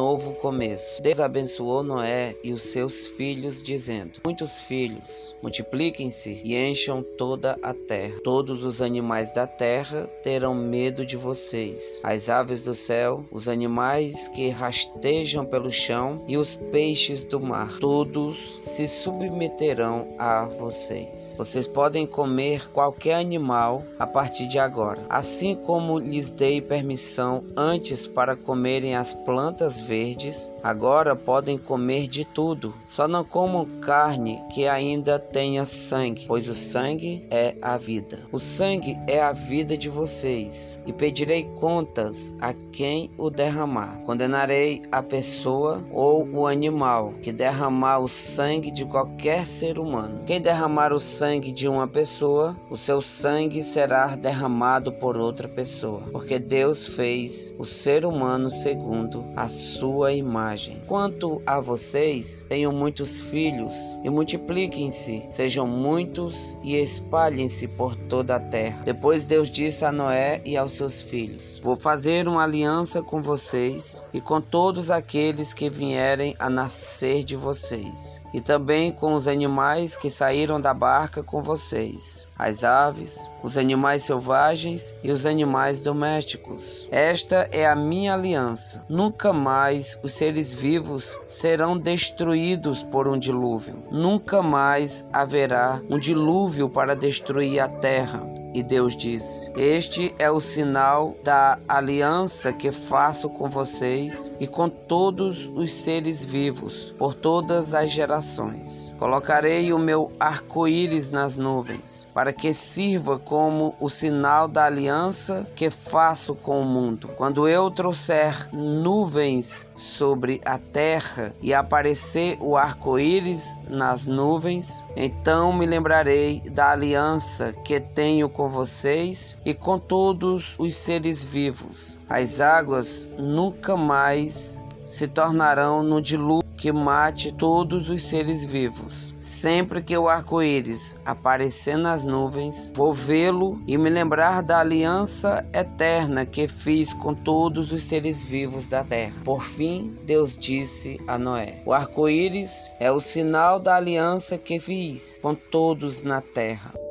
novo começo. Deus abençoou Noé e os seus filhos, dizendo: muitos filhos, multipliquem-se e encham toda a terra. Todos os animais da terra terão medo de vocês. As aves do céu, os animais que rastejam pelo chão e os peixes do mar, todos se submeterão a vocês. Vocês podem comer qualquer animal a partir de agora, assim como lhes dei permissão antes para comerem as plantas verdes. Agora podem comer de tudo, só não comam carne que ainda tenha sangue, pois o sangue é a vida. O sangue é a vida de vocês, e pedirei contas a quem o derramar. Condenarei a pessoa ou o animal que derramar o sangue de qualquer ser humano. Quem derramar o sangue de uma pessoa, o seu sangue será derramado por outra pessoa, porque Deus fez o ser humano segundo a sua imagem. Quanto a vocês, tenham muitos filhos e multipliquem-se, sejam muitos e espalhem-se por toda a terra. Depois Deus disse a Noé e aos seus filhos: vou fazer uma aliança com vocês e com todos aqueles que vierem a nascer de vocês, e também com os animais que saíram da barca com vocês, as aves, os animais selvagens e os animais domésticos. Esta é a minha aliança. Nunca mais os seres vivos serão destruídos por um dilúvio. Nunca mais haverá um dilúvio para destruir a terra. E Deus disse: este é o sinal da aliança que faço com vocês e com todos os seres vivos por todas as gerações. Colocarei o meu arco-íris nas nuvens, para que sirva como o sinal da aliança que faço com o mundo. Quando eu trouxer nuvens sobre a terra e aparecer o arco-íris nas nuvens, então me lembrarei da aliança que tenho com vocês e com todos os seres vivos. As águas nunca mais se tornarão no dilúvio que mate todos os seres vivos. Sempre que o arco-íris aparecer nas nuvens, vou vê-lo e me lembrar da aliança eterna que fiz com todos os seres vivos da terra. Por fim, Deus disse a Noé: o arco-íris é o sinal da aliança que fiz com todos na terra.